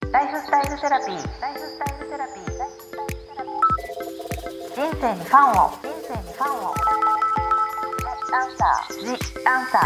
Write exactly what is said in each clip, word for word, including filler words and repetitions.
ライフスタイルセラピー。ライフスタイルセラピー。人生にファンを。人生にファンを。アンサー。ジアンサ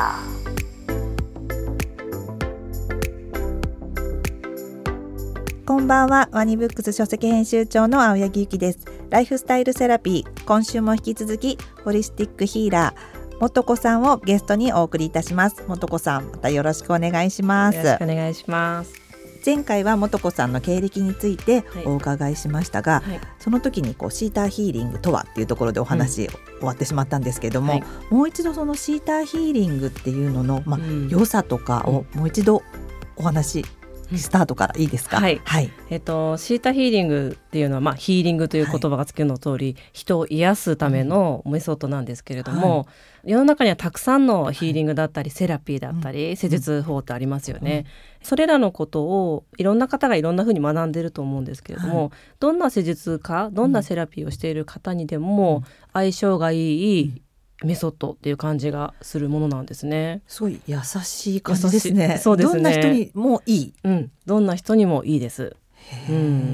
ー。こんばんは。ワニブックス書籍編集長の青柳ゆきです。ライフスタイルセラピー、今週も引き続きホリスティックヒーラーもとこさんをゲストにお送りいたします。もとこさん、またよろしくお願いします。 よろしくお願いします。 前回はもとこさんの経歴についてお伺いしましたが、はいはい、その時にこうシーターヒーリングとはっていうところでお話、うん、終わってしまったんですけども、はい、もう一度そのシーターヒーリングっていうのの、まあうん、良さとかをもう一度お話スタートからいいですか？ はい、はい、えーと、シーターヒーリングっていうのは、まあ、ヒーリングという言葉がつくの通り、はい、人を癒すためのメソッドなんですけれども、はい、世の中にはたくさんのヒーリングだったり、はい、セラピーだったり、うん、施術法ってありますよね、うん、それらのことをいろんな方がいろんな風に学んでると思うんですけれども、はい、どんな施術家、どんなセラピーをしている方にでも相性がいい、うんメソッドっていう感じがするものなんですね。 すごい優しい感じですね。 そうですね。 どんな人にもいい、 うん、どんな人にもいいです、うん、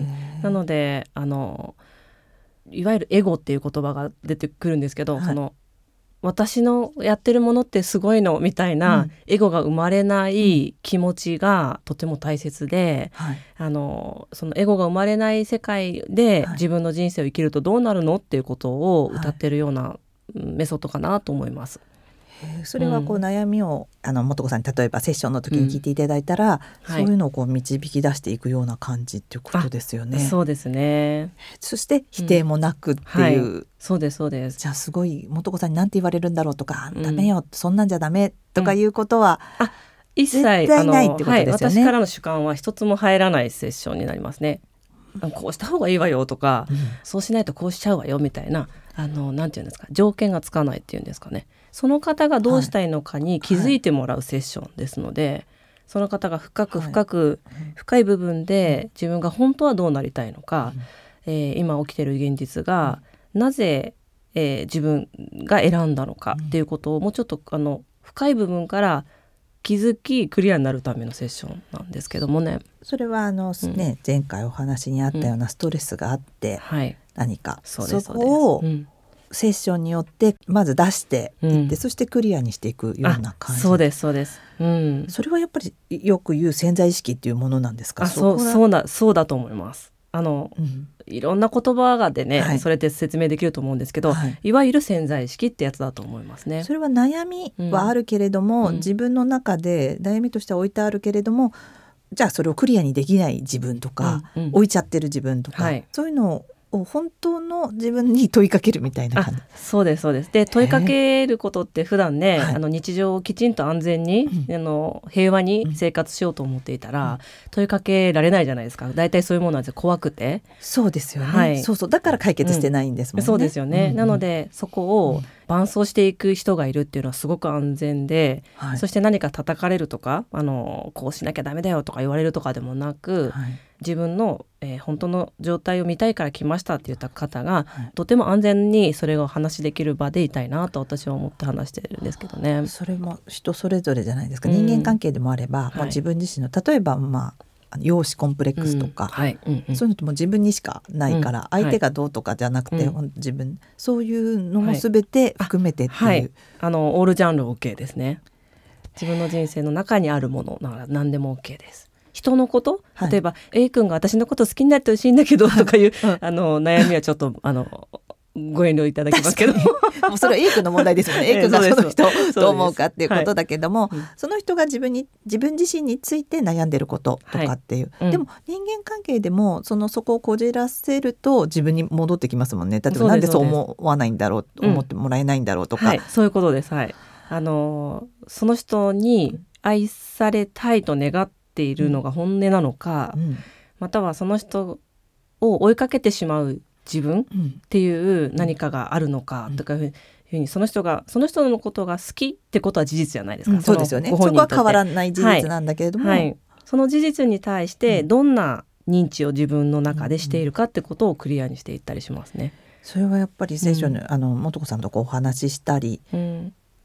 なのであのいわゆるエゴっていう言葉が出てくるんですけど、はい、その私のやってるものってすごいのみたいな、うん、エゴが生まれない気持ちがとても大切で、はい、あのそのエゴが生まれない世界で自分の人生を生きるとどうなるのっていうことを歌ってるような、はいメソッドかなと思います。 それはこう悩みを、うん、あのもとこさんに例えばセッションの時に聞いていただいたら、うん、そういうのをこう導き出していくような感じっていうことですよね。 そうですね。 そして否定もなくっていう、うんはい、 そうですそうです。 じゃあすごいもとこさんに何て言われるんだろうとか、うん、ダメよそんなんじゃダメとかいうことは、うん、あ一切絶対ないってことですよね。 はい、私からの主観は一つも入らないセッションになりますね。こうした方がいいわよとか、うん、そうしないとこうしちゃうわよみたいなあのなんていうんですか条件がつかないっていうんですかね。その方がどうしたいのかに気づいてもらうセッションですので、はいはい、その方が深く深く、はい、深い部分で自分が本当はどうなりたいのか、うんえー、今起きている現実が、うん、なぜ、えー、自分が選んだのかっていうことをもうちょっとあの深い部分から気づきクリアになるためのセッションなんですけどもね。 それはあの、うんね、前回お話にあったようなストレスがあって、うんはい、何か そ, そこをセッションによってまず出していって、うん、そしてクリアにしていくような感じ。 そうですそうです、うん、 それはやっぱりよく言う潜在意識っていうものなんですか？ あ そ, うそうだそうだと思います。あの、うん、いろんな言葉がでね、はい、それって説明できると思うんですけど、はい、いわゆる潜在意識ってやつだと思いますね。 それは悩みはあるけれども、うん、自分の中で悩みとしては置いてあるけれども、じゃあそれをクリアにできない自分とか、うんうん、置いちゃってる自分とか、はい、そういうのを本当の自分に問いかけるみたいな感じ。 そうですそうです。で問いかけることって普段ね、はい、あの日常をきちんと安全に、うん、あの平和に生活しようと思っていたら、うん、問いかけられないじゃないですか。だいたいそういうものなんですよ。怖くて。 そうですよね、はい、そうそうだから解決してないんですもんね、 うん、そうですよね、うんうん、なのでそこを伴走していく人がいるっていうのはすごく安全で、はい、そして何か叩かれるとかあのこうしなきゃダメだよとか言われるとかでもなく、はい、自分の、えー、本当の状態を見たいから来ましたって言った方が、はい、とても安全にそれを話できる場でいたいなと私は思って話してるんですけどね。 それも人それぞれじゃないですか、うん、人間関係でもあれば、まあ、自分自身の例えばまあ容姿コンプレックスとか、うんはいうんうん、そういうのってもう自分にしかないから、うん、相手がどうとかじゃなくて、はい、自分そういうのも全て含めてっていう、はいはい、 あのオールジャンル OK ですね。自分の人生の中にあるものなら何でも OK です。人のこと、例えば、はい、A 君が私のこと好きになってほしいんだけどとかいう、はい、あの悩みはちょっとあのご遠慮いただきますけどもうそれは A 君の問題ですもんね。A 君がその人をどう思うかっていうことだけども、はい、その人が自分に自分自身について悩んでることとかっていう、はいうん、でも人間関係でもそのそこをこじらせると自分に戻ってきますもんね。例えばなんでそう思わないんだろう、うん、思ってもらえないんだろうとか、 はい、そういうことです、はい、あのその人に愛されたいと願っているのが本音なのか、うん、またはその人を追いかけてしまう自分っていう何かがあるのかとかいうふうに、その人がその人のことが好きってことは事実じゃないですか、 うん、そうですよね。そこは変わらない事実なんだけれども、はいはい、 その事実に対してどんな認知を自分の中でしているかってことをクリアにしていったりしますね。 それはやっぱり聖書の、うん、あの元子さんとこうお話ししたり、うん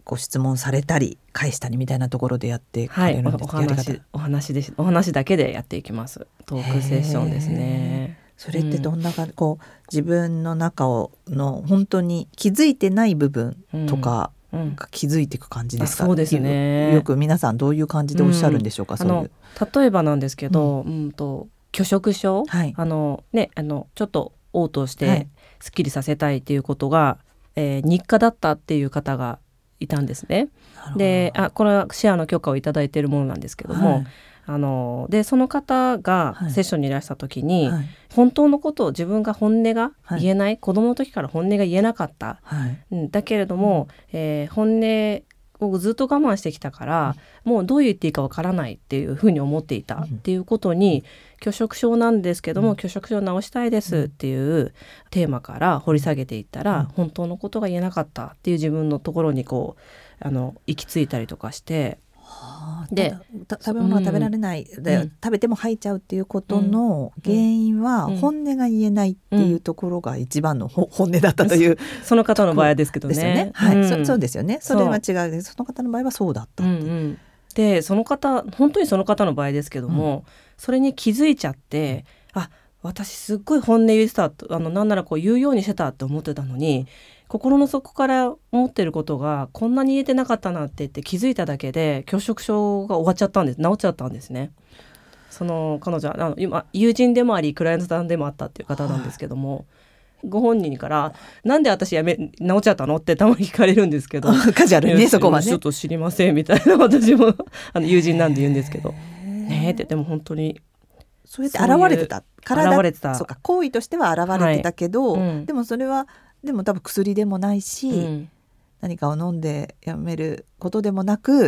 こう質問されたり返したりみたいなところでやっていかれるんですか、 はい、お話、お話でお話だけでやっていきます。トークセッションですね。 それってどんなか、うん、こう自分の中をの本当に気づいてない部分とかが気づいていく感じですか、 うんうん、そうですね。 よく皆さんどういう感じでおっしゃるんでしょうか、うん、そういう。 あの例えばなんですけど、うんうんと拒食症、はい、あのね、あのちょっと嘔吐してすっきりさせたいっていうことが、はい、えー、日課だったっていう方がいたんですね。で、あ、これはシェアの許可をいただいているものなんですけども、はい、あのでその方がセッションにいらした時に、はい、本当のことを自分が本音が言えない、はい、子供の時から本音が言えなかった、はい、うん、だけれども、えー、本音をずっと我慢してきたから、うん、もうどう言っていいかわからないっていうふうに思っていたっていうことに、うん、拒食症なんですけども、うん、拒食症を治したいですっていうテーマから掘り下げていったら、うん、本当のことが言えなかったっていう自分のところにこうあの行き着いたりとかして、 で食べ物が食べられない、うん、で食べても吐いちゃうっていうことの原因は、本音が言えないっていうところが一番の本音だったという、うん、 その方の場合ですけどね。 ですよね、はい、うん、そ, そうですよね。それは違うです。その方の場合はそうだったっていう、うんうん、 でその方本当にその方の場合ですけども、うん、それに気づいちゃって、うん、あ私すっごい本音言ってたと、あのなんならこう言うようにしてたって思ってたのに、心の底から思ってることがこんなに言えてなかったなって言って気づいただけで拒食症が終わっちゃったんです。治っちゃったんですね。その彼女はあの今友人でもありクライアントさんでもあったっていう方なんですけども、はい、ご本人からなんで私やめ治っちゃったのってたまに聞かれるんですけどカジュアルにね、そこはねちょっと知りませんみたいな、私もあの友人なんで言うんですけどねえって、でも本当にそうやって現れてた体現れてた、 そうか、行為としては現れてたけど、はい、うん、でもそれはでも多分薬でもないし、うん、何かを飲んでやめることでもなく、うん、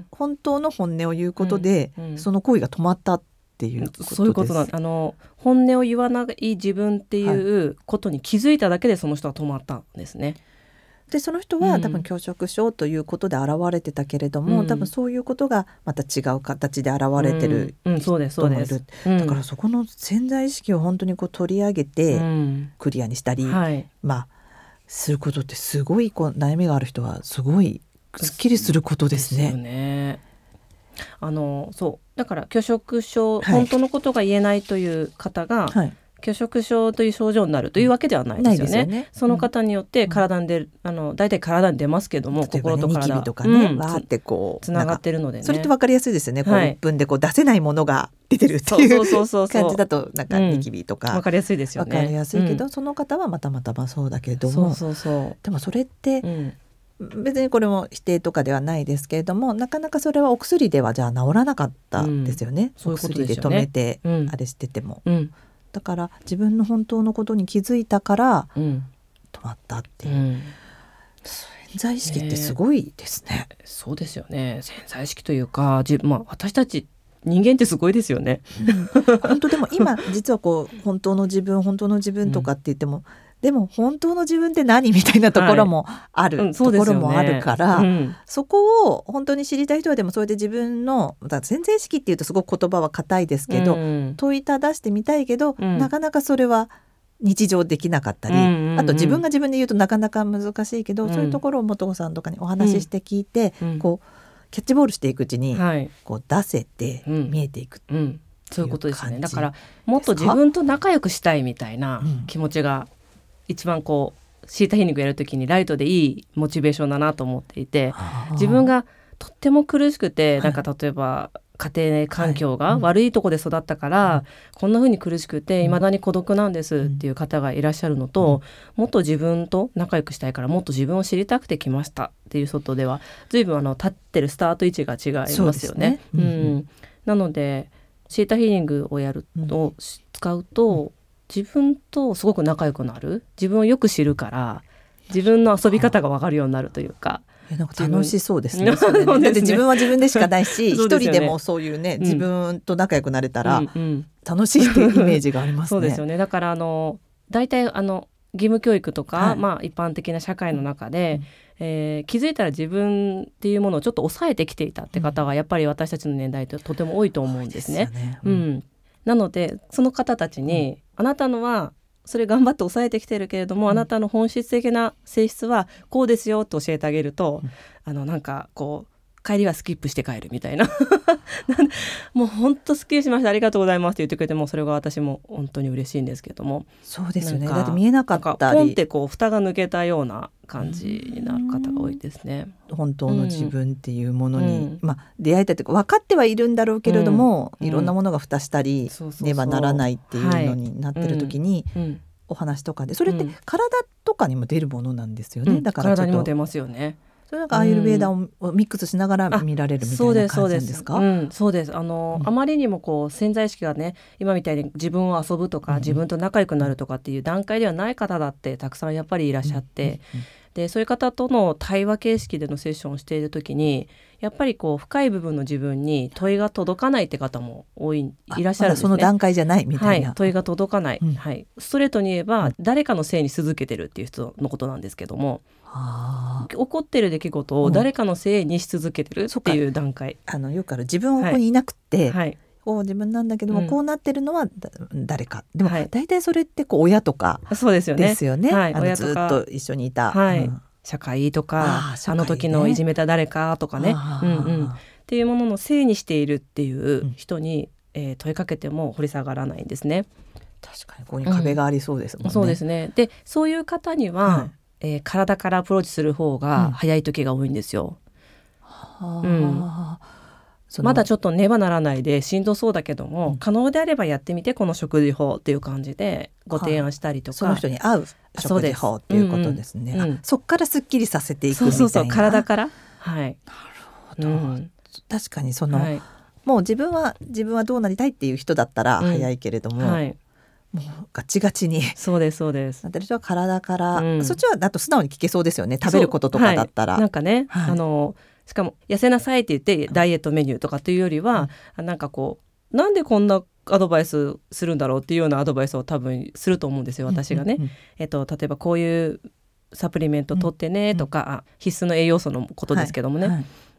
本当の本音を言うことで、うんうん、その行為が止まったっていうことです。 そういうことなん、あの本音を言わない自分っていうことに気づいただけでその人は止まったんですね。 でその人は多分拒食症ということで現れてたけれども、うん、多分そういうことがまた違う形で現れてる人もいる。だからそこの潜在意識を本当にこう取り上げてクリアにしたり、うん、はい、まあすることってすごいこう悩みがある人はすごいすっきりすることですね。 ですよね。あのそうだから拒食症、はい、本当のことが言えないという方が、はい、拒食症という症状になるというわけではないですよね。ないですよね。その方によって体に出る、うん、あの大体体に出ますけども、心と体、 ニキビとかね、うん、わーってこうつながってるのでね。 それって分かりやすいですよね。こういっぷんでこう出せないものが出てるっていう感じだとなんかニキビとか、うん、 分かりやすいですよね。 分かりやすいけど、うん、その方はまたまたまそうだけれども、 そうそうそう、 でもそれって、うん、別にこれも否定とかではないですけれども、なかなかそれはお薬ではじゃあ治らなかったですよね。うん、そういうことですよね。お薬で止めて、うん、あれしてても、うん、だから自分の本当のことに気づいたから止まったっていう、うん、潜在意識ってすごいですね。 えー、そうですよね。潜在意識というか、じ、まあ、私たち人間ってすごいですよね。 うん、本当でも今実はこう本当の自分本当の自分とかって言っても、うん、でも本当の自分って何みたいなところもある、はい、うん、ところもあるから、うん、そこを本当に知りたい人はでもそれで自分の潜在意識っていうとすごく言葉は硬いですけど、うん、問いただしてみたいけど、うん、なかなかそれは日常できなかったり、うんうんうん、あと自分が自分で言うとなかなか難しいけど、うん、そういうところを元子さんとかにお話しして聞いて、うん、こうキャッチボールしていくうちに、はい、こう出せて見えていく、 うんうん、そういうことですね。だからもっと自分と仲良くしたいみたいな気持ちが一番こうシータヒーリングやるときにライトでいいモチベーションだなと思っていて、自分がとっても苦しくて、なんか例えば家庭環境が悪いとこで育ったから、はい、うん、こんな風に苦しくて未だに孤独なんですっていう方がいらっしゃるのと、うん、もっと自分と仲良くしたいからもっと自分を知りたくて来ましたっていう外では随分あの立ってるスタート位置が違いますよね。うんうん、なのでシータヒーリングをやると、うん、使うと自分とすごく仲良くなる、自分をよく知るから自分の遊び方が分かるようになるというか、 なんか楽しそうですね。それねだって自分は自分でしかないし一、ね、人でもそういうね、自分と仲良くなれたら楽しいっていうイメージがありますね。 そうですよね。だからあの大体あの義務教育とか、はい、まあ、一般的な社会の中で、うん、えー、気づいたら自分っていうものをちょっと抑えてきていたって方がやっぱり私たちの年代ってとても多いと思うんですね。うん、なのでその方たちに、うん、あなたのはそれ頑張って抑えてきてるけれども、うん、あなたの本質的な性質はこうですよと教えてあげると、うん、あのなんかこう帰りはスキップして帰るみたいなもう本当スッキリしましたありがとうございますって言ってくれて、もそれが私も本当に嬉しいんですけども。 そうですよね。だって見えなかったりポンってこう蓋が抜けたような感じになる方が多いですね。 本当の自分っていうものに、うんまあ、出会えたというか分かってはいるんだろうけれども、うん、いろんなものが蓋したりねばならないっていうのになってる時に、はいうん、お話とかでそれって体とかにも出るものなんですよね、うん、だからちょっと体にも出ますよね。 それなんかアーユルヴェーダをミックスしながら見られるみたいな感じなんですか？ そうです、そうです、うん、そうですあの、うん、あまりにもこう潜在意識がね今みたいに自分を遊ぶとか、うん、自分と仲良くなるとかっていう段階ではない方だってたくさんやっぱりいらっしゃって、うんうんうん、でそういう方との対話形式でのセッションをしている時にやっぱりこう深い部分の自分に問いが届かないって方も多いいらっしゃるんですね。まだその段階じゃないみたいな、 はい、問いが届かない、うんはい、ストレートに言えば、うん、誰かのせいにし続けてるっていう人のことなんですけども、起こってる出来事を誰かのせいにし続けてるっていう段階、 うん、あのよくある自分はここにいなくて、 はい、 こう自分なんだけども、うん、こうなってるのは誰かでも、はい、大体それってこう親とかそうですよね、 ですよね、 はい、 あのずっと一緒にいた、 はいうん、 社会とか あ, あの時のいじめた誰かとかね、うんうん、っていうもののせいにしているっていう人に、うんえー、問いかけても掘り下がらないんですね。 確かにここに壁がありそうですもんね、 うん、そうですね。でそういう方には、はいえー、体からアプローチする方が早い時が多いんですよ、うんうんまだちょっとねばならないでしんどそうだけども、うん、可能であればやってみてこの食事法っていう感じでご提案したりとか、 その人に合う食事法っていうことですね。 そ,、うんうん、そっからすっきりさせていくみたいな。 そうそうそう体からはいなるほど、うん、確かにその、はい、もう自分は自分はどうなりたいっていう人だったら早いけれども、うんはいもうガチガチにそうですそうですなってる人は体から、うん、そっちはだと素直に聞けそうですよね。食べることとかだったら、 はい、なんかね、はい、あのしかも痩せなさいって言ってダイエットメニューとかというよりは、うん、なんかこうなんでこんなアドバイスするんだろうっていうようなアドバイスを多分すると思うんですよ私がね、うんうんうんえっと、例えばこういうサプリメント取ってねとか、うんうん、あ必須の栄養素のことですけどもね、はいはい、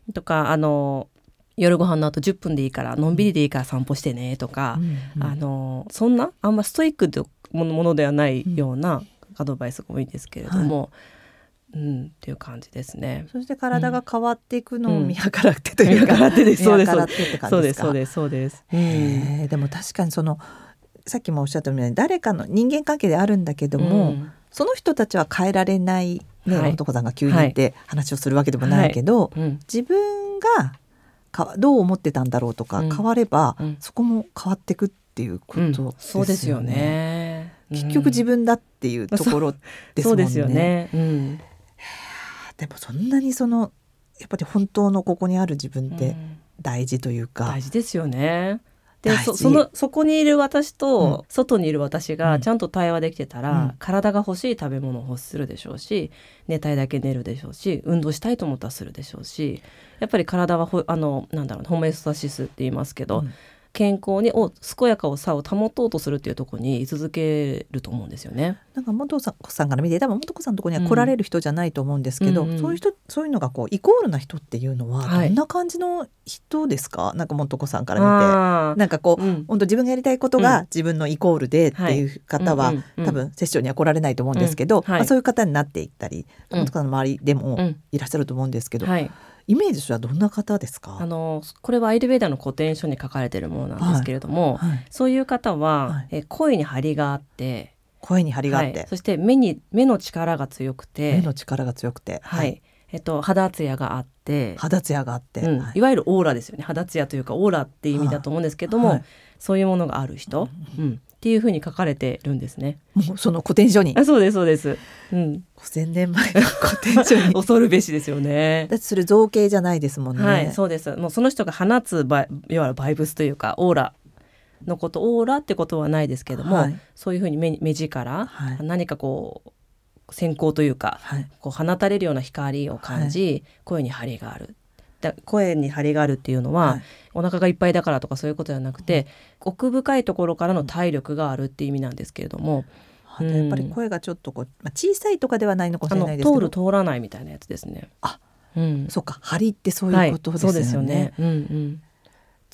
とかあの夜ご飯の後じゅっぷんでいいからのんびりでいいから散歩してねとか、うんうん、あのそんなあんまストイックでものではないようなアドバイスが多いんですけれども、はいうん、っていう感じですね。 そして体が変わっていくのを見計らってというか、 うん、見計らってですそうです見計らってって感じですか。 そうですそうですそうです、 へーでも確かにそのさっきもおっしゃったように誰かの人間関係であるんだけども、うん、その人たちは変えられない、ねはい、男さんが急に言って話をするわけでもないけど、はいはいうん、自分がどう思ってたんだろうとか、うん、変われば、うん、そこも変わっていくっていうことですよね、うん、 そうですよね、 うん、結局自分だっていうところですもんね。そうですよね、うん、でもそんなにそのやっぱり本当のここにある自分って大事というか、 大事ですよね。で そ, そ, のそこにいる私と外にいる私がちゃんと対話できてたら、うん、体が欲しい食べ物を欲するでしょうし寝たいだけ寝るでしょうし運動したいと思ったらするでしょうしやっぱり体はほあのなんだろうホメオスタシスって言いますけど、うん、健康にを健やかをさを保とうとするっていうところに居続けると思うんですよね。 なんか元子さんから見て多分元子さんのところには来られる人じゃないと思うんですけど、うんうんうん、そういう人そういうのがこうイコールな人っていうのはどんな感じの人ですか？はい、なんか元子さんから見てなんかこう、うん、本当自分がやりたいことが自分のイコールでっていう方は、うんはいうんうん、多分セッションには来られないと思うんですけど、うんはいまあ、そういう方になっていったり、うん、元子さんの周りでもいらっしゃると思うんですけど、うんはいイメージはどんな方ですか？ あのこれはアイルベーダの古典書に書かれているものなんですけれども、はいはい、そういう方は、はい、え声に張りがあって声に張りがあって、 はい、そして目に目の力が強くて目の力が強くて、 はいはいえっと、肌ツヤがあって肌ツヤがあって、 うんはい、いわゆるオーラですよね。肌ツヤというかオーラっていう意味だと思うんですけども、はい、そういうものがある人、うんうん、っていうふうに書かれてるんですね。 もうその古典書にあそうですそうです、うん、 ごせんねんまえの古典書に恐るべしですよね。 だってそれ造形じゃないですもんね。 はいそうです。もうその人が放つバイいわゆるバイブスというかオーラのことオーラってことはないですけども、はい、そういうふうに 目, 目力、はい、何かこう閃光というか、はい、こう放たれるような光を感じ、はい、声に張りがある。だ声に張りがあるっていうのは、はい、お腹がいっぱいだからとかそういうことではなくて、うん、奥深いところからの体力があるっていう意味なんですけれども、 うん、やっぱり声がちょっとこう、まあ、小さいとかではないのかもしれないですけど通る通らないみたいなやつですね。 あ、うん、そうか張りってそういうことですよね。 はい、そうですよね、うんうん、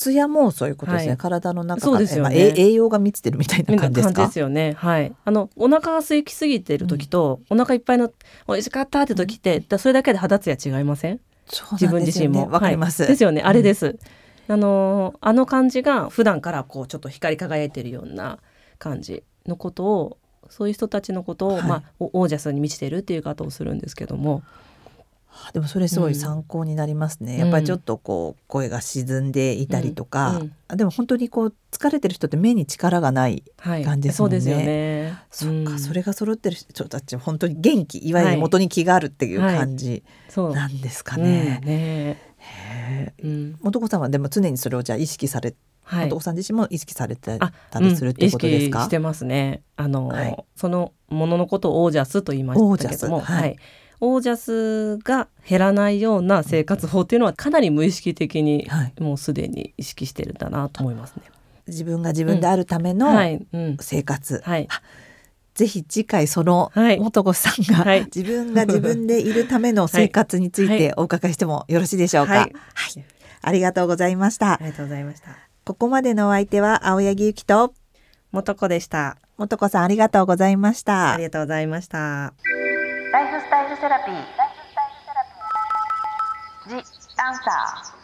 ツヤもそういうことですね、 はい、 体の中そうが、 ですよね、 まあ、栄養が満ちてるみたいな感じですか。 みたいな感じですよね。はい、あのお腹が空きすぎてる時と、うん、お腹いっぱいの美味しかったって時って、うん、それだけで肌ツヤ違いません？ そうなんですよね、 自分自身もわかります、 はい、ですよね、あれです、うん、あのあの感じが普段からこうちょっと光り輝いてるような感じのことを、そういう人たちのことを、はい、まあ、オージャスに満ちてるっていう言い方をするんですけども、 でもそれすごい参考になりますね、うん、やっぱりちょっとこう声が沈んでいたりとか、うんうん、でも本当にこう疲れてる人って目に力がない感じですもんね、はい、そうですよね。そっか、うん、それが揃ってる人たち本当に元気、いわゆる元に気があるっていう感じなんですかね。はいはい、うんね、へー、うん、元子さんはでも常にそれをじゃあ意識され、はい、元子さん自身も意識されてたりするっていうことですか？ うん、意識してますね。あの、はい、そのもののことをオージャスと言いましたけども、はいはい、オージャスが減らないような生活法っていうのはかなり無意識的にもうすでに意識してるんだなと思いますね。 自分が自分であるための生活、うん、はいうん、はい、ぜひ次回その元子さんが、はい、自分が自分でいるための生活についてお伺いしてもよろしいでしょうか？はい、はい、ありがとうございました。 ありがとうございました。 ここまでのお相手は青柳ゆきと元子でした。 元子さんありがとうございました。 ありがとうございました。 ライフスタイルセラピー、ライフスタイルセラピー、ジ・アンサー。